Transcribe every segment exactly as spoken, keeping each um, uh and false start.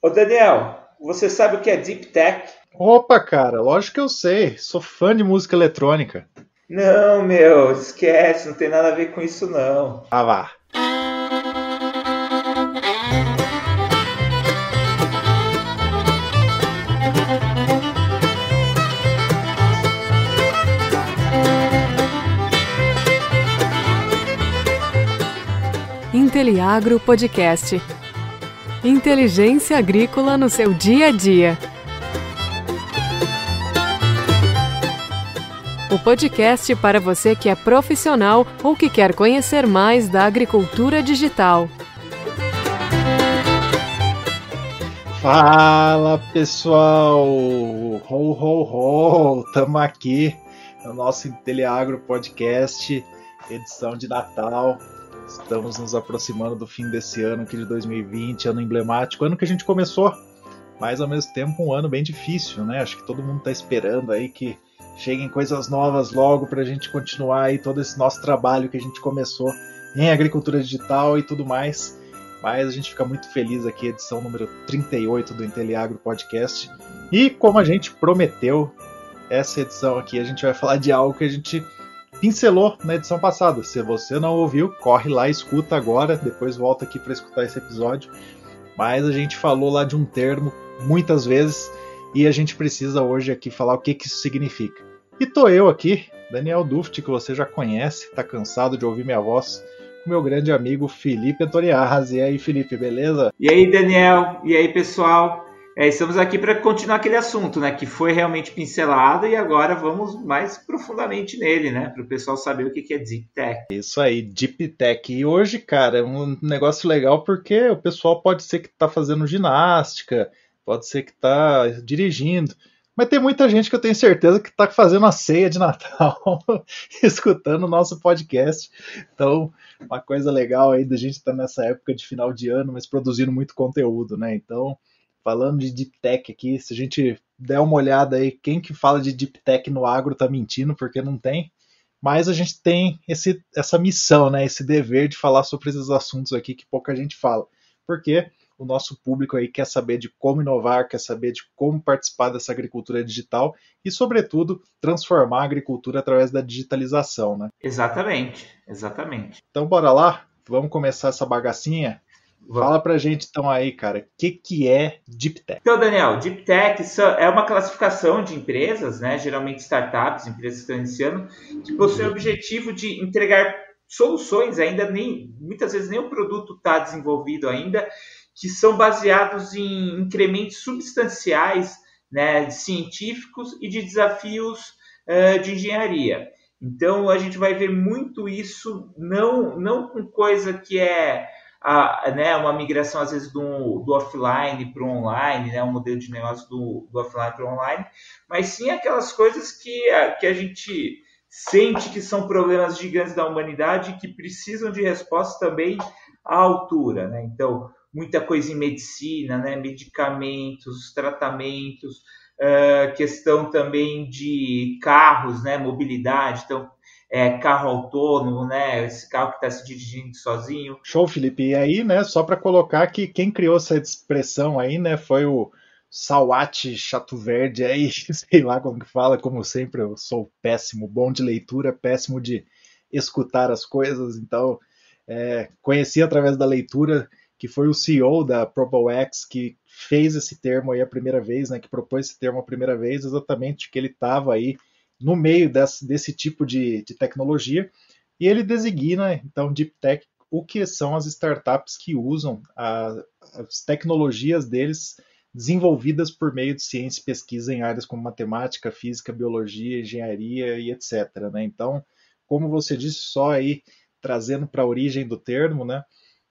Ô Daniel, você sabe o que é Deep Tech? Opa, cara, lógico que eu sei. Sou fã de música eletrônica. Não, meu, esquece, não tem nada a ver com isso não. Ah, vá. Inteliagro Podcast. Inteligência agrícola no seu dia a dia. O podcast para você que é profissional ou que quer conhecer mais da agricultura digital. Fala, pessoal! Ho, ho, ho! Tamo aqui no nosso Inteliagro Podcast, edição de Natal. Estamos nos aproximando do fim desse ano aqui de dois mil e vinte, ano emblemático, ano que a gente começou, mas ao mesmo tempo um ano bem difícil, né? Acho que todo mundo está esperando aí que cheguem coisas novas logo para a gente continuar aí todo esse nosso trabalho que a gente começou em agricultura digital e tudo mais. Mas a gente fica muito feliz aqui, edição número trinta e oito do Inteliagro Podcast. E como a gente prometeu, essa edição aqui a gente vai falar de algo que a gente pincelou na edição passada. Se você não ouviu, corre lá, escuta agora, depois volta aqui para escutar esse episódio. Mas a gente falou lá de um termo muitas vezes e a gente precisa hoje aqui falar o que, que isso significa. E tô eu aqui, Daniel Duft, que você já conhece, tá cansado de ouvir minha voz, com meu grande amigo Felipe Antoniazzi. E aí, Felipe, beleza? E aí, Daniel? E aí, pessoal? É, estamos aqui para continuar aquele assunto, né, que foi realmente pincelado e agora vamos mais profundamente nele, né, para o pessoal saber o que é Deep Tech. Isso aí, Deep Tech. E hoje, cara, é um negócio legal porque o pessoal pode ser que tá fazendo ginástica, pode ser que tá dirigindo, mas tem muita gente que eu tenho certeza que tá fazendo a ceia de Natal, escutando o nosso podcast. Então, uma coisa legal aí da gente estar tá nessa época de final de ano, mas produzindo muito conteúdo, né? Então, falando de Deep Tech aqui, se a gente der uma olhada aí, quem que fala de Deep Tech no agro tá mentindo, porque não tem. Mas a gente tem esse, essa missão, né, esse dever de falar sobre esses assuntos aqui que pouca gente fala. Porque o nosso público aí quer saber de como inovar, quer saber de como participar dessa agricultura digital e, sobretudo, transformar a agricultura através da digitalização, né? Exatamente, exatamente. Então, bora lá? Vamos começar essa bagacinha? Fala pra gente então aí, cara, o que, que é Deep Tech? Então, Daniel, Deep Tech é uma classificação de empresas, né, geralmente startups, empresas que estão iniciando, que possuem o objetivo de entregar soluções, ainda nem, muitas vezes nem o produto está desenvolvido ainda, que são baseados em incrementos substanciais, né, científicos e de desafios uh, de engenharia. Então, a gente vai ver muito isso, não, não com coisa que é A, né, uma migração, às vezes, do, do offline para o online, né, um modelo de negócio do, do offline para o online, mas sim aquelas coisas que a, que a gente sente que são problemas gigantes da humanidade que precisam de respostas também à altura. Né? Então, muita coisa em medicina, né, medicamentos, tratamentos, uh, questão também de carros, né, mobilidade. Então, É, carro autônomo, né? Esse carro que está se dirigindo sozinho. Show, Felipe. E aí, né, só para colocar que quem criou essa expressão aí, né, foi o Sawat Chaturvedi aí, sei lá como que fala, como sempre eu sou péssimo, bom de leitura, péssimo de escutar as coisas, então é, conheci através da leitura que foi o C E O da ProboX que fez esse termo aí a primeira vez, né, que propôs esse termo a primeira vez, exatamente que ele estava aí no meio desse, desse tipo de, de tecnologia, e ele designa, então, Deep Tech, o que são as startups que usam a, as tecnologias deles desenvolvidas por meio de ciência e pesquisa em áreas como matemática, física, biologia, engenharia e etcétera. Né? Então, como você disse, só aí trazendo para a origem do termo, né?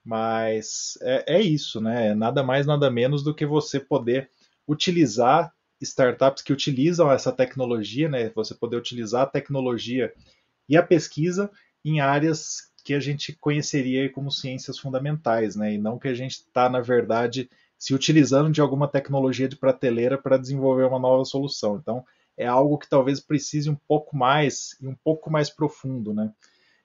Mas é, é isso, né? É nada mais, nada menos do que você poder utilizar startups que utilizam essa tecnologia, né? Você poder utilizar a tecnologia e a pesquisa em áreas que a gente conheceria como ciências fundamentais, né? E não que a gente está, na verdade, se utilizando de alguma tecnologia de prateleira para desenvolver uma nova solução. Então, é algo que talvez precise um pouco mais e um pouco mais profundo, né?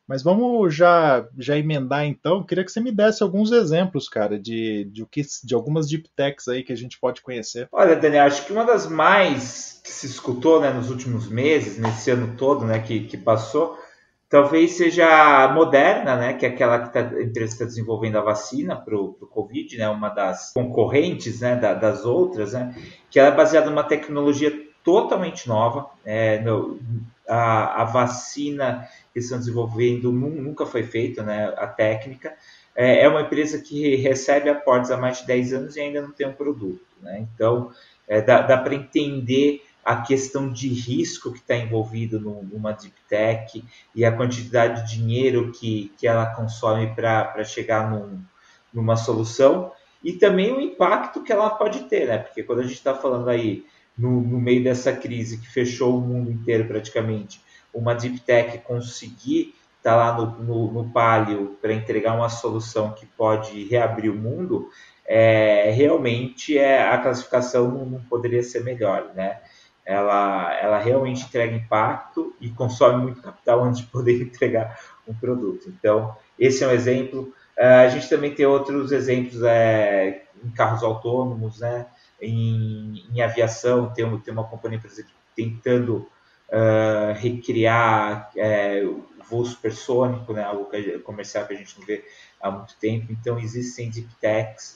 Mas vamos já, já emendar então. Queria que você me desse alguns exemplos, cara, de, de, o que, de algumas deep techs aí que a gente pode conhecer. Olha, Daniel, acho que uma das mais que se escutou, né, nos últimos meses, nesse ano todo, né, que, que passou, talvez seja a Moderna, né, que é aquela que tá, a empresa está desenvolvendo a vacina para o Covid, né, uma das concorrentes, né, da, das outras, né, que ela é baseada numa tecnologia totalmente nova. É, no, a, a vacina que estão desenvolvendo nunca foi feita, né, a técnica. É, é uma empresa que recebe aportes há mais de dez anos e ainda não tem um produto, né? Então, é, dá, dá para entender a questão de risco que está envolvido no, numa deep tech e a quantidade de dinheiro que, que ela consome para chegar num, numa solução, e também o impacto que ela pode ter, né? Porque quando a gente está falando aí no, no meio dessa crise que fechou o mundo inteiro praticamente, uma deep tech conseguir estar tá lá no, no, no palio para entregar uma solução que pode reabrir o mundo, é, realmente é, a classificação não, não poderia ser melhor, né? Ela, ela realmente entrega impacto e consome muito capital antes de poder entregar um produto. Então, esse é um exemplo. Uh, a gente também tem outros exemplos é, em carros autônomos, né? em, em aviação, tem, tem uma companhia, por exemplo, tentando uh, recriar é, o voo supersônico, né? Algo que, comercial que a gente não vê há muito tempo. Então, existem deep techs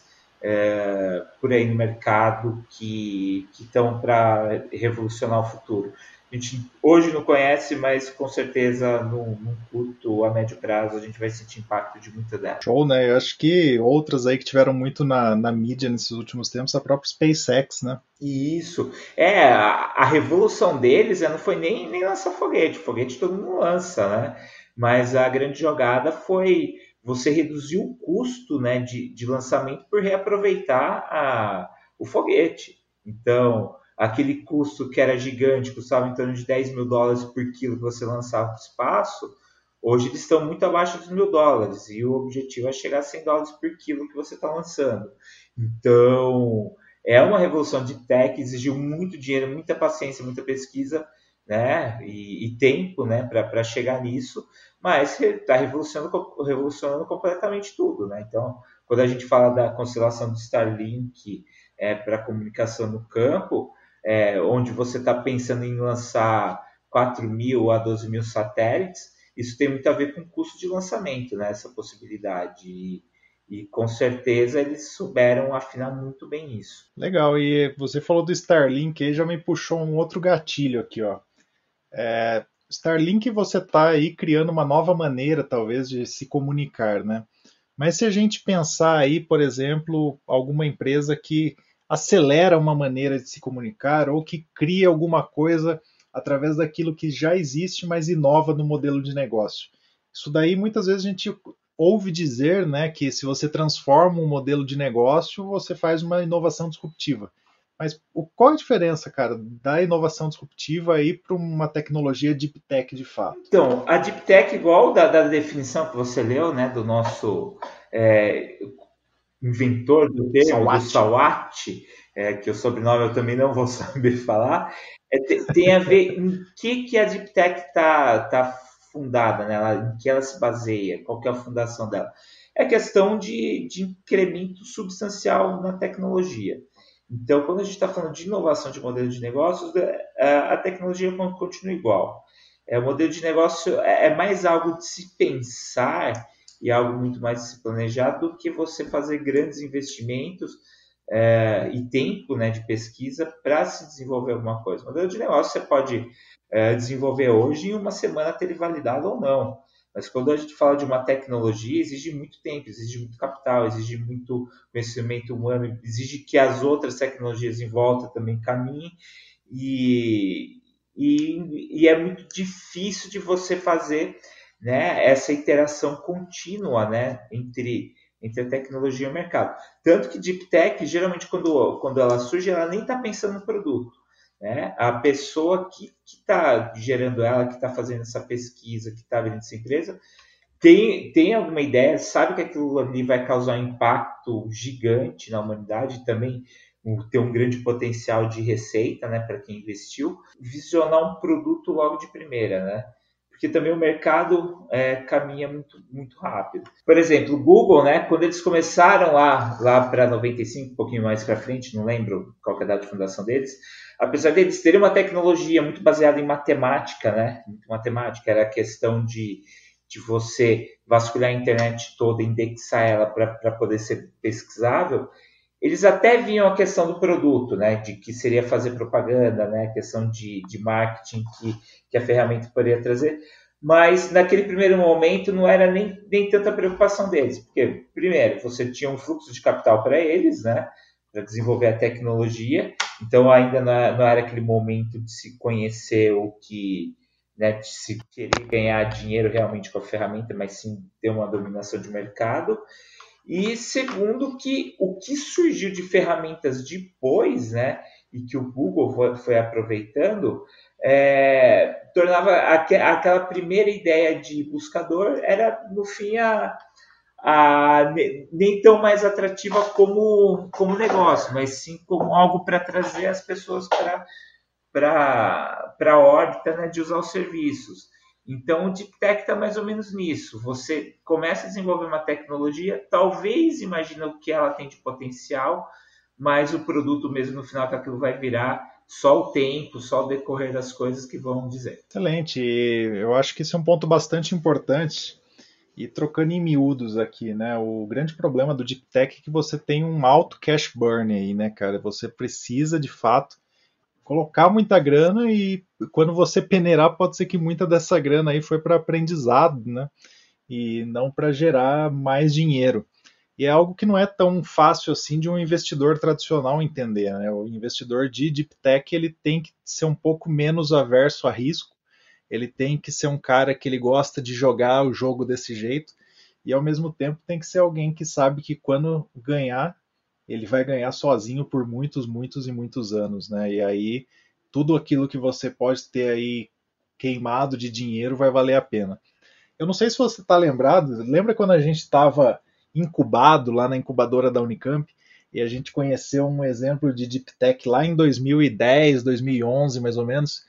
É, por aí no mercado que estão para revolucionar o futuro. A gente hoje não conhece, mas com certeza no, no curto a médio prazo a gente vai sentir impacto de muita delas. Show, né? Eu acho que outras aí que tiveram muito na, na mídia nesses últimos tempos, a própria SpaceX, né? Isso. É, a, a revolução deles não foi nem, nem lançar foguete. Foguete todo mundo lança, né? Mas a grande jogada foi você reduzir o custo, né, de, de lançamento por reaproveitar a, o foguete. Então, aquele custo que era gigante, custava em torno de dez mil dólares por quilo que você lançava para o espaço, hoje eles estão muito abaixo dos mil dólares, e o objetivo é chegar a cem dólares por quilo que você está lançando. Então, é uma revolução de tech, exigiu muito dinheiro, muita paciência, muita pesquisa, né, e, e tempo, né, para chegar nisso, mas está revolucionando, revolucionando completamente tudo, né? Então, quando a gente fala da constelação do Starlink é, para comunicação no campo, é, onde você está pensando em lançar quatro mil a doze mil satélites, isso tem muito a ver com o custo de lançamento, né? Essa possibilidade. E, e com certeza eles souberam afinar muito bem isso. Legal, e você falou do Starlink aí, já me puxou um outro gatilho aqui, ó. É, Starlink você está aí criando uma nova maneira, talvez, de se comunicar, né? Mas se a gente pensar aí, por exemplo, alguma empresa que acelera uma maneira de se comunicar ou que cria alguma coisa através daquilo que já existe, mas inova no modelo de negócio. Isso daí muitas vezes a gente ouve dizer, né, que se você transforma um modelo de negócio, você faz uma inovação disruptiva. Mas qual a diferença, cara, da inovação disruptiva aí para uma tecnologia deep tech de fato? Então, a deep tech, igual da, da definição que você leu, né, do nosso é, inventor do termo, Sawat. do Sawat, é, que o sobrenome eu também não vou saber falar, é, tem, tem a ver em que, que a deep tech está tá fundada, né, ela, em que ela se baseia, qual que é a fundação dela. É questão de, de incremento substancial na tecnologia. Então, quando a gente está falando de inovação de modelo de negócios, a tecnologia continua igual. O modelo de negócio é mais algo de se pensar e algo muito mais de se planejar do que você fazer grandes investimentos é, e tempo, né, de pesquisa para se desenvolver alguma coisa. O modelo de negócio você pode é, desenvolver hoje e em uma semana ter ele validado ou não. Mas quando a gente fala de uma tecnologia, exige muito tempo, exige muito capital, exige muito conhecimento humano, exige que as outras tecnologias em volta também caminhem, e, e, e é muito difícil de você fazer, né, essa interação contínua, né, entre, entre a tecnologia e o mercado. Tanto que Deep Tech, geralmente, quando, quando ela surge, ela nem está pensando no produto. Né? A pessoa que está gerando ela, que está fazendo essa pesquisa, que está abrindo essa empresa, tem, tem alguma ideia, sabe que aquilo ali vai causar um impacto gigante na humanidade e também tem um grande potencial de receita, né, para quem investiu, visionar um produto logo de primeira, né? porque também o mercado é, caminha muito, muito rápido. Por exemplo, o Google, né, quando eles começaram lá, lá para noventa e cinco, um pouquinho mais para frente, não lembro qual que é a data de fundação deles, apesar deles terem uma tecnologia muito baseada em matemática, né, muito matemática, era a questão de, de você vasculhar a internet toda, indexar ela para poder ser pesquisável, eles até viam a questão do produto, né, de que seria fazer propaganda, né, a questão de, de marketing que, que a ferramenta poderia trazer, mas naquele primeiro momento não era nem, nem tanta preocupação deles, porque, primeiro, você tinha um fluxo de capital para eles, né, para desenvolver a tecnologia, então ainda não era aquele momento de se conhecer o que, né, de se querer ganhar dinheiro realmente com a ferramenta, mas sim ter uma dominação de mercado. E segundo, que o que surgiu de ferramentas depois, né, e que o Google foi, foi aproveitando, é, tornava aqu aquela primeira ideia de buscador, era no fim a, a, nem tão mais atrativa como, como negócio, mas sim como algo para trazer as pessoas para a órbita, né, de usar os serviços. Então, o Deep Tech está mais ou menos nisso. Você começa a desenvolver uma tecnologia, talvez imagina o que ela tem de potencial, mas o produto mesmo no final que aquilo vai virar só o tempo, só o decorrer das coisas que vão dizer. Excelente. E eu acho que esse é um ponto bastante importante. E trocando em miúdos aqui, né? O grande problema do Deep Tech é que você tem um alto cash burn aí, né, cara? Você precisa, de fato, colocar muita grana e quando você peneirar, pode ser que muita dessa grana aí foi para aprendizado, né? E não para gerar mais dinheiro. E é algo que não é tão fácil assim de um investidor tradicional entender, né? O investidor de Deep Tech, ele tem que ser um pouco menos averso a risco, ele tem que ser um cara que ele gosta de jogar o jogo desse jeito e ao mesmo tempo tem que ser alguém que sabe que quando ganhar ele vai ganhar sozinho por muitos, muitos e muitos anos, né? E aí tudo aquilo que você pode ter aí queimado de dinheiro vai valer a pena. Eu não sei se você está lembrado, lembra quando a gente estava incubado lá na incubadora da Unicamp e a gente conheceu um exemplo de Deep Tech lá em dois mil e dez, dois mil e onze mais ou menos,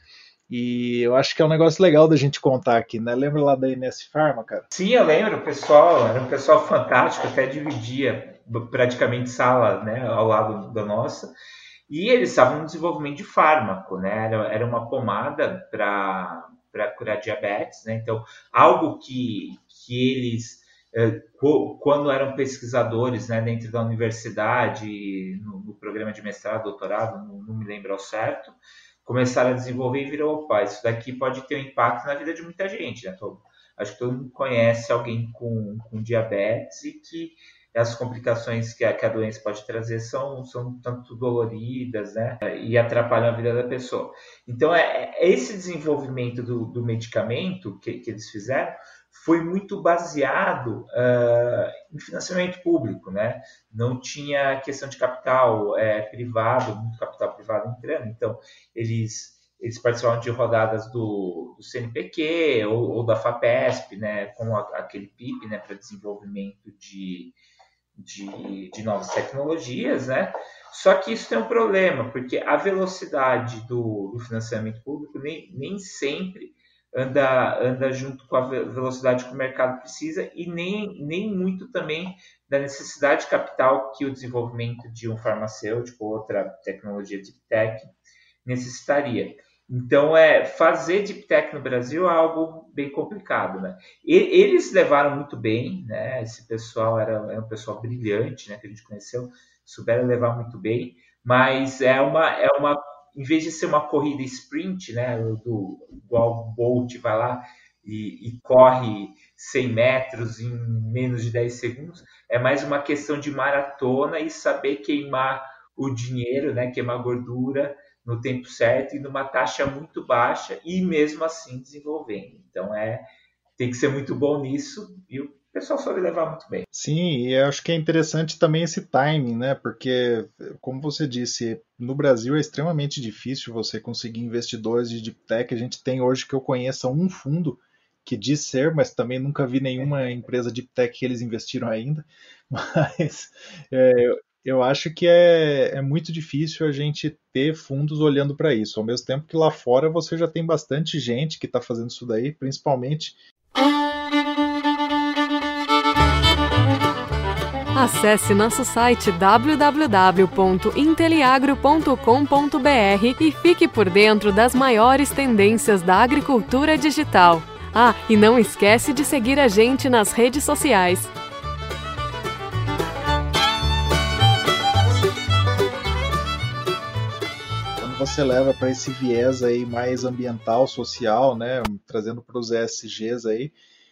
e eu acho que é um negócio legal da gente contar aqui, né? Lembra lá da Ines Pharma, cara? Sim, eu lembro, o pessoal, era um pessoal fantástico, até dividia praticamente sala, né, ao lado da nossa, e eles estavam no desenvolvimento de fármaco, né, era, era uma pomada para para curar diabetes, né, então algo que, que eles, eh, quando eram pesquisadores, né, dentro da universidade, no, no programa de mestrado, doutorado, não, não me lembro ao certo, começaram a desenvolver e virou, opa, isso daqui pode ter um impacto na vida de muita gente, né, todo, acho que todo mundo conhece alguém com, com diabetes e que as complicações que a, que a doença pode trazer são, são tanto doloridas, né, e atrapalham a vida da pessoa. Então, é, é esse desenvolvimento do, do medicamento que, que eles fizeram foi muito baseado uh, em financiamento público, né? Não tinha questão de capital é, privado, muito capital privado entrando. Então, eles... eles participavam de rodadas do, do C N P Q ou, ou da FAPESP, né, com a, aquele P I B, né, para desenvolvimento de, de, de novas tecnologias, né? Só que isso tem um problema, porque a velocidade do, do financiamento público nem, nem sempre anda, anda junto com a velocidade que o mercado precisa e nem, nem muito também da necessidade de capital que o desenvolvimento de um farmacêutico ou outra tecnologia de tech necessitaria. Então, é, fazer Deep Tech no Brasil é algo bem complicado, né? E, eles levaram muito bem, né? Esse pessoal era, era um pessoal brilhante, né? Que a gente conheceu, souberam levar muito bem, mas é uma, é uma, em vez de ser uma corrida sprint, né? Do, igual o Bolt vai lá e, e corre cem metros em menos de dez segundos, é mais uma questão de maratona e saber queimar o dinheiro, né? Queimar gordura no tempo certo e numa taxa muito baixa e mesmo assim desenvolvendo. Então é, tem que ser muito bom nisso e o pessoal soube levar muito bem. Sim, e eu acho que é interessante também esse timing, né? Porque, como você disse, no Brasil é extremamente difícil você conseguir investidores de Deep Tech. A gente tem hoje que eu conheça um fundo que diz ser, mas também nunca vi nenhuma empresa Deep Tech que eles investiram ainda. Mas é, eu acho que é, é muito difícil a gente ter fundos olhando para isso, ao mesmo tempo que lá fora você já tem bastante gente que está fazendo isso daí, principalmente. Acesse nosso site w w w ponto inteliagro ponto com ponto b r e fique por dentro das maiores tendências da agricultura digital. Ah, e não esquece de seguir a gente nas redes sociais. Quando você leva para esse viés aí mais ambiental, social, né, trazendo para os E S Gs aí,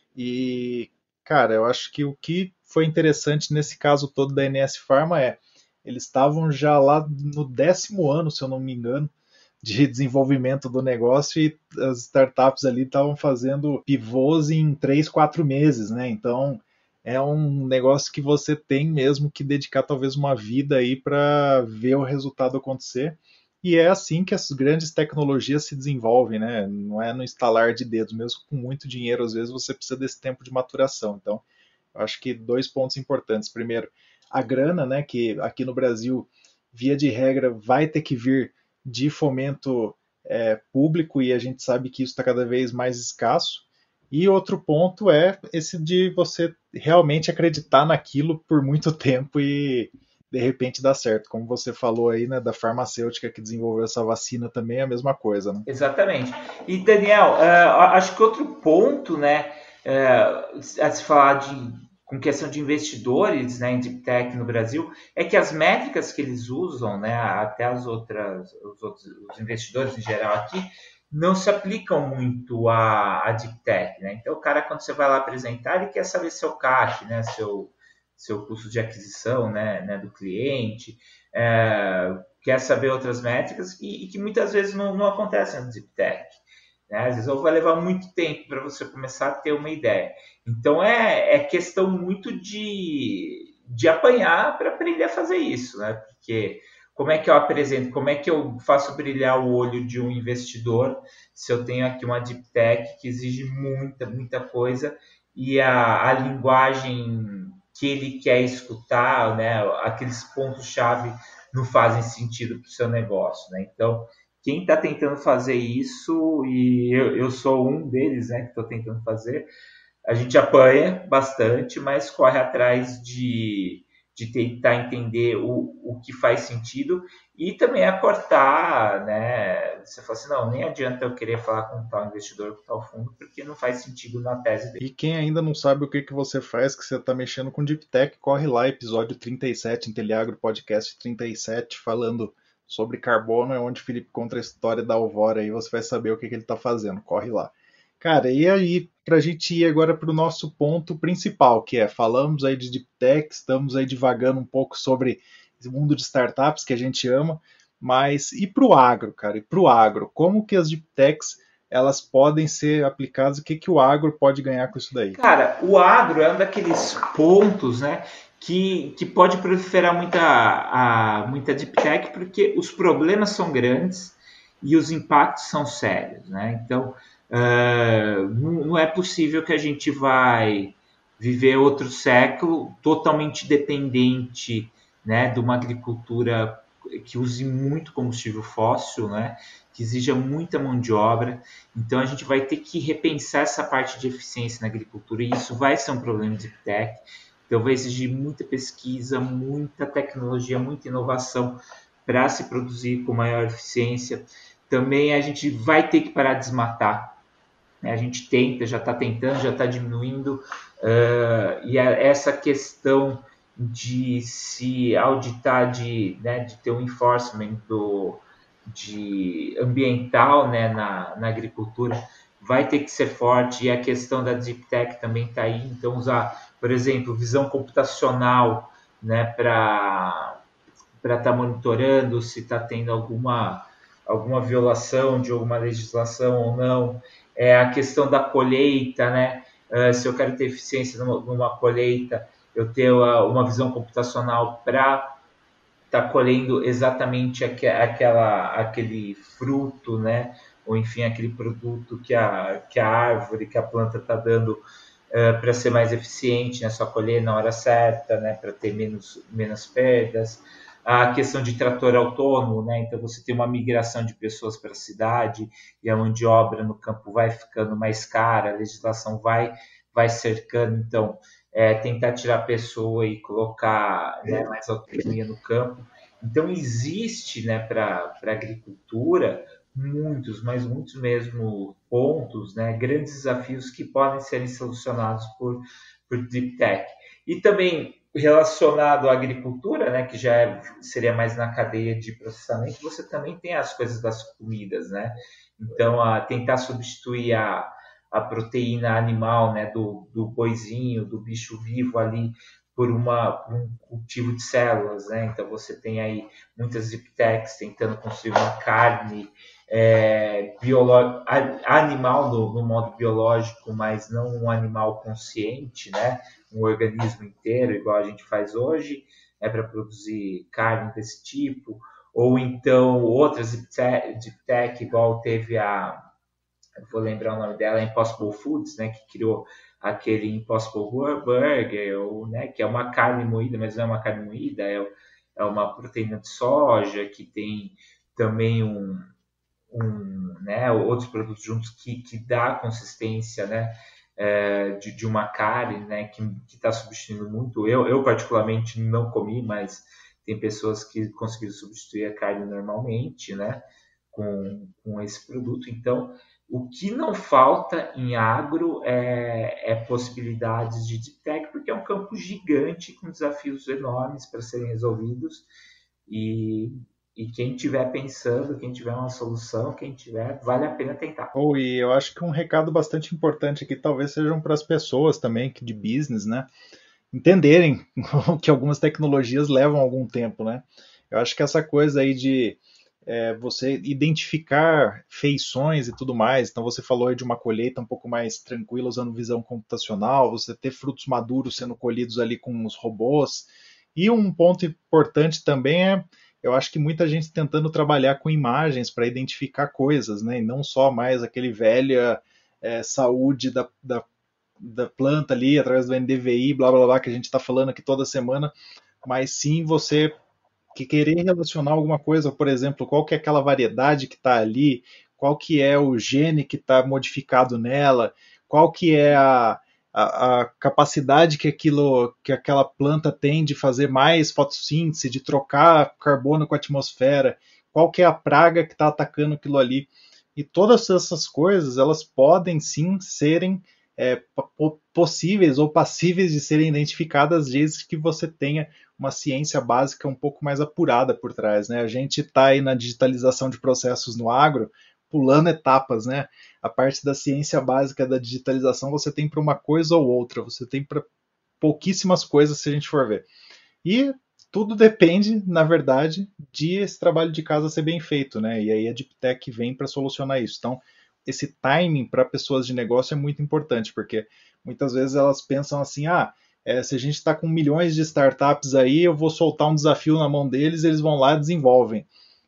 e, cara, eu acho que o que foi interessante nesse caso todo da N S Pharma é, eles estavam já lá no décimo ano, se eu não me engano, de desenvolvimento do negócio e as startups ali estavam fazendo pivôs em três, quatro meses, né? Então é um negócio que você tem mesmo que dedicar talvez uma vida aí para ver o resultado acontecer. E é assim que as grandes tecnologias se desenvolvem, né? Não é no estalar de dedos, mesmo com muito dinheiro, às vezes você precisa desse tempo de maturação. Então, eu acho que dois pontos importantes. Primeiro, a grana, né, que aqui no Brasil, via de regra, vai ter que vir de fomento é, público e a gente sabe que isso está cada vez mais escasso. E outro ponto é esse de você realmente acreditar naquilo por muito tempo e de repente dar certo. Como você falou aí, né, da farmacêutica que desenvolveu essa vacina também é a mesma coisa, né? Exatamente. E Daniel, uh, acho que outro ponto, né, uh, a se falar de com questão de investidores, né, em Deep Tech no Brasil, é que as métricas que eles usam, né, até as outras, os outros os investidores em geral aqui, não se aplicam muito a, a Deep Tech, né? Então, o cara, quando você vai lá apresentar, ele quer saber seu C A C, né, seu, seu custo de aquisição, né, né, do cliente, é, quer saber outras métricas e, e que muitas vezes não, não acontecem no Deep Tech. Né? Às vezes ou vai levar muito tempo para você começar a ter uma ideia. Então é, é questão muito de, de apanhar para aprender a fazer isso, né? Porque como é que eu apresento, como é que eu faço brilhar o olho de um investidor se eu tenho aqui uma Deep Tech que exige muita, muita coisa e a, a linguagem que ele quer escutar, né? Aqueles pontos-chave não fazem sentido para o seu negócio, né? Então, quem está tentando fazer isso, e eu, eu sou um deles, né, que estou tentando fazer, a gente apanha bastante, mas corre atrás de, de tentar entender o, o que faz sentido e também acortar, né? Você fala assim, não, nem adianta eu querer falar com tal investidor, com tal fundo, porque não faz sentido na tese dele. E quem ainda não sabe o que, que você faz, que você está mexendo com Deep Tech, corre lá, episódio trinta e sete, Inteliagro Podcast trinta e sete, falando sobre carbono, é onde o Felipe conta a história da Alvora, aí você vai saber o que, que ele está fazendo, corre lá. Cara, e aí, para a gente ir agora para o nosso ponto principal, que é, falamos aí de Deep Tech, estamos aí divagando um pouco sobre o mundo de startups que a gente ama, mas e para o agro, cara, e para o agro, como que as Deep Techs, elas podem ser aplicadas, o que, que o agro pode ganhar com isso daí? Cara, o agro é um daqueles pontos, né, Que, que pode proliferar muita, a, muita Deep Tech, porque os problemas são grandes e os impactos são sérios, né? Então, uh, não, não é possível que a gente vai viver outro século totalmente dependente, né, de uma agricultura que use muito combustível fóssil, né, que exija muita mão de obra. Então, a gente vai ter que repensar essa parte de eficiência na agricultura e isso vai ser um problema de Deep Tech. Então, vai exigir muita pesquisa, muita tecnologia, muita inovação para se produzir com maior eficiência. Também a gente vai ter que parar de desmatar. A gente tenta, já está tentando, já está diminuindo. Uh, e essa questão de se auditar, de, né, de ter um enforcement do, de ambiental, né, na, na agricultura, vai ter que ser forte. E a questão da Deep Tech também está aí. Então, usar, por exemplo, visão computacional, né, para para estar monitorando se está tendo alguma, alguma violação de alguma legislação ou não. É a questão da colheita, né? Uh, se eu quero ter eficiência numa, numa colheita, eu ter uma, uma visão computacional para estar tá colhendo exatamente aqu aquela, aquele fruto, né? Ou enfim, aquele produto que a, que a árvore, que a planta está dando uh, para ser mais eficiente, né, só colher na hora certa, né, para ter menos, menos perdas. A questão de trator autônomo, né, então você tem uma migração de pessoas para a cidade e a mão de obra no campo vai ficando mais cara, a legislação vai, vai cercando, então é, tentar tirar a pessoa e colocar, né, mais autonomia no campo. Então existe, né, para a agricultura muitos, mas muitos mesmo pontos, né, grandes desafios que podem serem solucionados por, por Deep Tech. E também relacionado à agricultura, né, que já é, seria mais na cadeia de processamento, você também tem as coisas das comidas, né? Então, a tentar substituir a, a proteína animal, né, do, do boizinho, do bicho vivo ali, por, uma, por um cultivo de células, né? Então, você tem aí muitas deep techs tentando construir uma carne é, biológica, animal no, no modo biológico, mas não um animal consciente, né? Um organismo inteiro, igual a gente faz hoje, é para produzir carne desse tipo, ou então outras deep tech, igual teve a, eu vou lembrar o nome dela, a Impossible Foods, né, que criou aquele Impossible Burger, ou, né, que é uma carne moída, mas não é uma carne moída, é, é uma proteína de soja, que tem também um, um né, outros produtos juntos que, que dá consistência, né, é, de, de uma carne, né, que está substituindo muito. Eu, eu, particularmente, não comi, mas tem pessoas que conseguiram substituir a carne normalmente, né, com, com esse produto. Então, o que não falta em agro é, é possibilidades de deep tech, porque é um campo gigante com desafios enormes para serem resolvidos. E, e quem estiver pensando, quem tiver uma solução, quem tiver, vale a pena tentar. Oh, e eu acho que um recado bastante importante aqui talvez sejam para as pessoas também que de business, né, entenderem que algumas tecnologias levam algum tempo, né? Eu acho que essa coisa aí de é, você identificar feições e tudo mais, então você falou aí de uma colheita um pouco mais tranquila usando visão computacional, você ter frutos maduros sendo colhidos ali com os robôs, e um ponto importante também é, eu acho que muita gente tentando trabalhar com imagens para identificar coisas, né? E não só mais aquele velha é, saúde da, da, da planta ali, através do N D V I, blá blá blá, que a gente está falando aqui toda semana, mas sim você que querer relacionar alguma coisa, por exemplo, qual que é aquela variedade que está ali, qual que é o gene que está modificado nela, qual que é a, a, a capacidade que, aquilo, que aquela planta tem de fazer mais fotossíntese, de trocar carbono com a atmosfera, qual que é a praga que está atacando aquilo ali. E todas essas coisas, elas podem sim serem é, possíveis ou passíveis de serem identificadas desde que você tenha uma ciência básica um pouco mais apurada por trás, né? A gente está aí na digitalização de processos no agro, pulando etapas, né? A parte da ciência básica da digitalização você tem para uma coisa ou outra, você tem para pouquíssimas coisas se a gente for ver. E tudo depende, na verdade, de esse trabalho de casa ser bem feito, né? E aí a Deep Tech vem para solucionar isso. Então, esse timing para pessoas de negócio é muito importante, porque muitas vezes elas pensam assim, ah, é, se a gente está com milhões de startups aí, eu vou soltar um desafio na mão deles, eles vão lá e desenvolvem.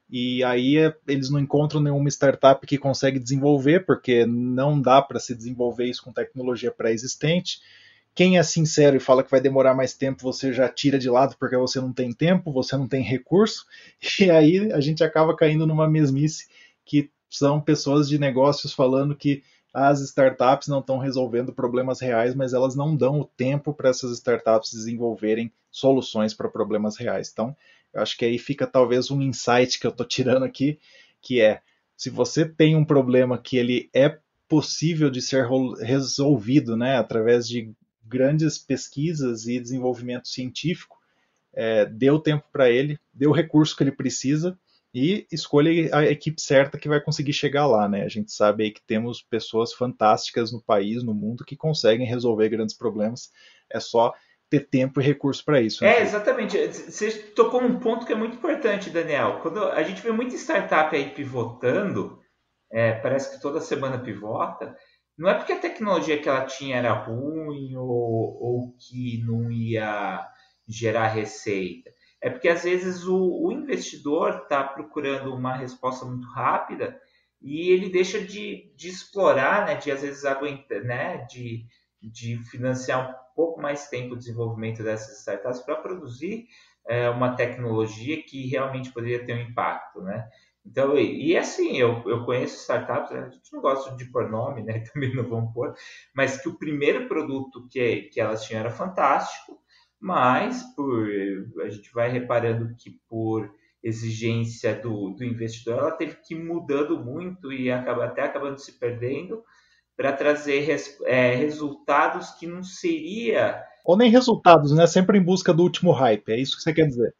E aí eles não encontram nenhuma startup que consegue desenvolver, porque não dá para se desenvolver isso com tecnologia pré-existente. Quem é sincero e fala que vai demorar mais tempo, você já tira de lado porque você não tem tempo, você não tem recurso, e aí a gente acaba caindo numa mesmice que são pessoas de negócios falando que as startups não estão resolvendo problemas reais, mas elas não dão o tempo para essas startups desenvolverem soluções para problemas reais. Então, eu acho que aí fica talvez um insight que eu estou tirando aqui, que é, se você tem um problema que ele é possível de ser resolvido, né, através de grandes pesquisas e desenvolvimento científico, é, dê o tempo para ele, dê o recurso que ele precisa, e escolha a equipe certa que vai conseguir chegar lá, né? A gente sabe aí que temos pessoas fantásticas no país, no mundo, que conseguem resolver grandes problemas. É só ter tempo e recurso para isso. Né? É, exatamente. Você tocou num ponto que é muito importante, Daniel. Quando a gente vê muita startup aí pivotando, é, parece que toda semana pivota, não é porque a tecnologia que ela tinha era ruim ou, ou que não ia gerar receita. É porque, às vezes, o, o investidor está procurando uma resposta muito rápida e ele deixa de, de explorar, né, de, às vezes, aguentar, né, de, de financiar um pouco mais tempo o desenvolvimento dessas startups para produzir é, uma tecnologia que realmente poderia ter um impacto, né? Então, e, e assim, eu, eu conheço startups, a gente não gosta de pôr nome, né? Também não vão pôr, mas que o primeiro produto que, que elas tinham era fantástico, mas por, a gente vai reparando que por exigência do, do investidor, ela teve que ir mudando muito e acaba, até acabando se perdendo para trazer res, é, resultados que não seria... Ou nem resultados, né? Sempre em busca do último hype, é isso que você quer dizer.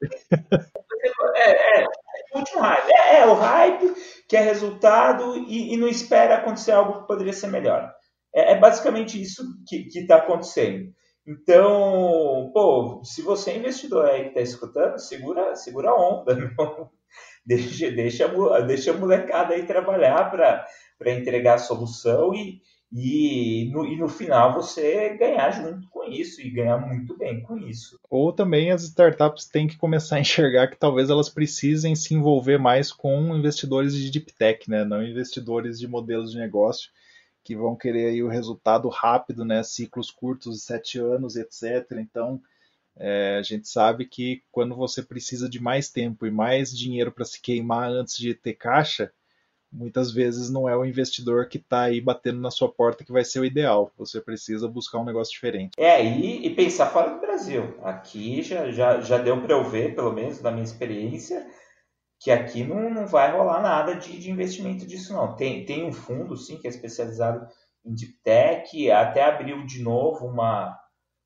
É, é, o último hype. É, é o hype que é resultado e, e não espera acontecer algo que poderia ser melhor. É, é basicamente isso que está acontecendo. Então, pô, se você é investidor aí que está escutando, segura, segura a onda, não? Deixa, deixa, deixa a molecada aí trabalhar para entregar a solução e, e, no, e no final você ganhar junto com isso e ganhar muito bem com isso. Ou também as startups têm que começar a enxergar que talvez elas precisem se envolver mais com investidores de deep tech, né? Não investidores de modelos de negócio que vão querer aí o resultado rápido, né? Ciclos curtos de sete anos, etcétera. Então, é, a gente sabe que quando você precisa de mais tempo e mais dinheiro para se queimar antes de ter caixa, muitas vezes não é o investidor que está aí batendo na sua porta que vai ser o ideal. Você precisa buscar um negócio diferente. É, e, e pensar fora do Brasil. Aqui já, já, já deu para eu ver, pelo menos na minha experiência, que aqui não, não vai rolar nada de, de investimento disso, não. Tem, tem um fundo, sim, que é especializado em Deep Tech, até abriu de novo uma...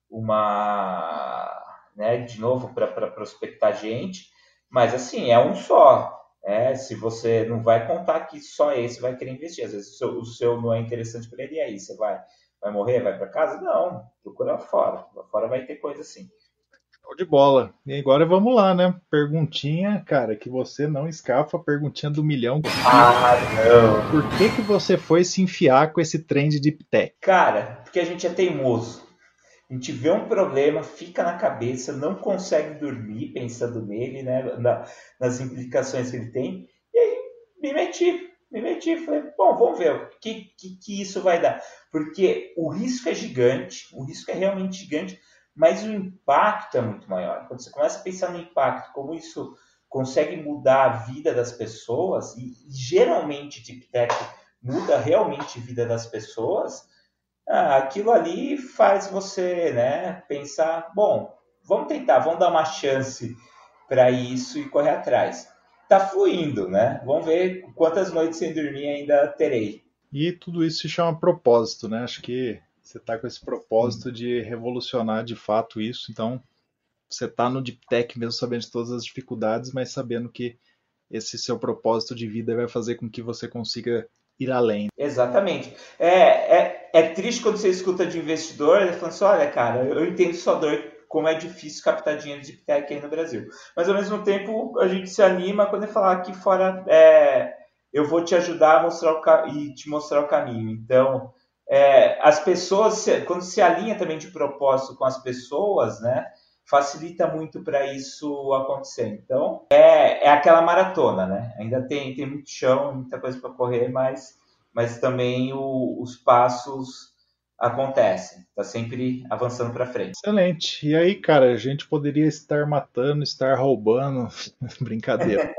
uma né, de novo para prospectar gente, mas assim, é um só. É, se você não vai contar que só esse vai querer investir, às vezes o seu, o seu não é interessante para ele, e aí você vai, vai morrer, vai para casa? Não, procura fora. Lá fora vai ter coisa assim. Show de bola. E agora vamos lá, né? Perguntinha, cara, que você não escapa, perguntinha do milhão. Ah, não. Por que que você foi se enfiar com esse trem de Deep Tech? Cara, porque a gente é teimoso. A gente vê um problema, fica na cabeça, não consegue dormir pensando nele, né, na, nas implicações que ele tem. E aí me meti, me meti. Falei, bom, vamos ver o que, que, que isso vai dar. Porque o risco é gigante, o risco é realmente gigante, mas o impacto é muito maior. Quando você começa a pensar no impacto, como isso consegue mudar a vida das pessoas, e, e geralmente Deep Tech muda realmente a vida das pessoas, ah, aquilo ali faz você, né, pensar, bom, vamos tentar, vamos dar uma chance para isso e correr atrás. Tá fluindo, né? Vamos ver quantas noites sem dormir ainda terei. E tudo isso se chama propósito, né? Acho que você está com esse propósito de revolucionar de fato isso, então você está no Deep Tech mesmo sabendo de todas as dificuldades, mas sabendo que esse seu propósito de vida vai fazer com que você consiga ir além. Exatamente. É, é, é triste quando você escuta de investidor, ele falando assim, olha, cara, eu entendo sua dor, como é difícil captar dinheiro de Deep Tech aí no Brasil. Mas, ao mesmo tempo, a gente se anima quando ele falar aqui fora, é, eu vou te ajudar a mostrar o, e te mostrar o caminho. Então, é, as pessoas, quando se alinha também de propósito com as pessoas, né, facilita muito para isso acontecer. Então, é, é aquela maratona, né? Ainda tem, tem muito chão, muita coisa para correr, mas, mas também o, os passos acontecem. Está sempre avançando para frente. Excelente. E aí, cara, a gente poderia estar matando, estar roubando. Brincadeira.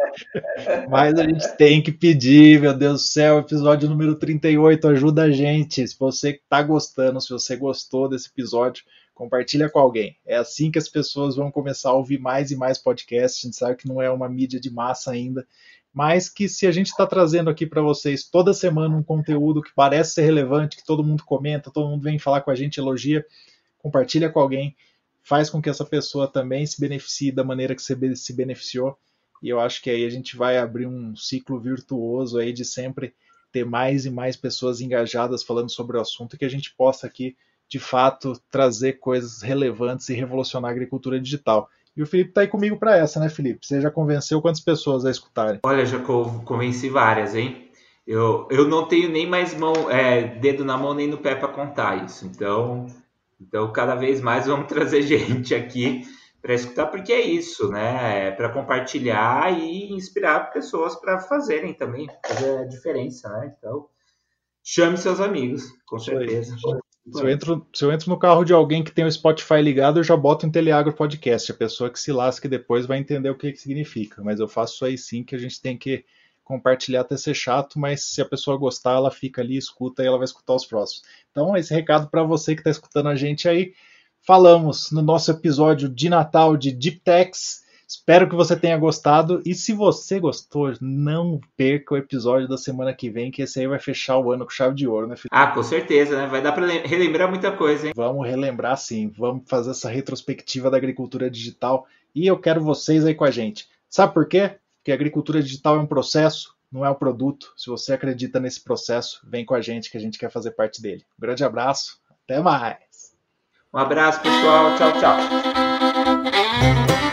Mas a gente tem que pedir, meu Deus do céu, episódio número trinta e oito, ajuda a gente. Se você está gostando, se você gostou desse episódio, compartilha com alguém. É assim que as pessoas vão começar a ouvir mais e mais podcasts. A gente sabe que não é uma mídia de massa ainda, mas que se a gente está trazendo aqui para vocês toda semana um conteúdo que parece ser relevante, que todo mundo comenta, todo mundo vem falar com a gente, elogia, compartilha com alguém, faz com que essa pessoa também se beneficie da maneira que você se beneficiou. E eu acho que aí a gente vai abrir um ciclo virtuoso aí de sempre ter mais e mais pessoas engajadas falando sobre o assunto e que a gente possa aqui de fato, trazer coisas relevantes e revolucionar a agricultura digital. E o Felipe está aí comigo para essa, né, Felipe? Você já convenceu quantas pessoas a escutarem? Olha, já convenci várias, hein? Eu, eu não tenho nem mais mão, é, dedo na mão nem no pé para contar isso. Então, então, cada vez mais vamos trazer gente aqui para escutar, porque é isso, né? É para compartilhar e inspirar pessoas para fazerem também, fazer a diferença, né? Então, chame seus amigos, com certeza. Se eu, entro, se eu entro no carro de alguém que tem o Spotify ligado, eu já boto o Inteliagro Podcast. A pessoa que se lasque depois vai entender o que, que significa. Mas eu faço isso aí sim, que a gente tem que compartilhar até ser chato, mas se a pessoa gostar, ela fica ali, escuta e ela vai escutar os próximos. Então, esse recado para você que está escutando a gente aí. Falamos no nosso episódio de Natal de Deep Techs. Espero que você tenha gostado. E se você gostou, não perca o episódio da semana que vem, que esse aí vai fechar o ano com chave de ouro, né, Felipe? Ah, com certeza, né? Vai dar para relembrar muita coisa, hein? Vamos relembrar sim. Vamos fazer essa retrospectiva da agricultura digital. E eu quero vocês aí com a gente. Sabe por quê? Porque a agricultura digital é um processo, não é um produto. Se você acredita nesse processo, vem com a gente que a gente quer fazer parte dele. Um grande abraço. Até mais. Um abraço, pessoal. Tchau, tchau.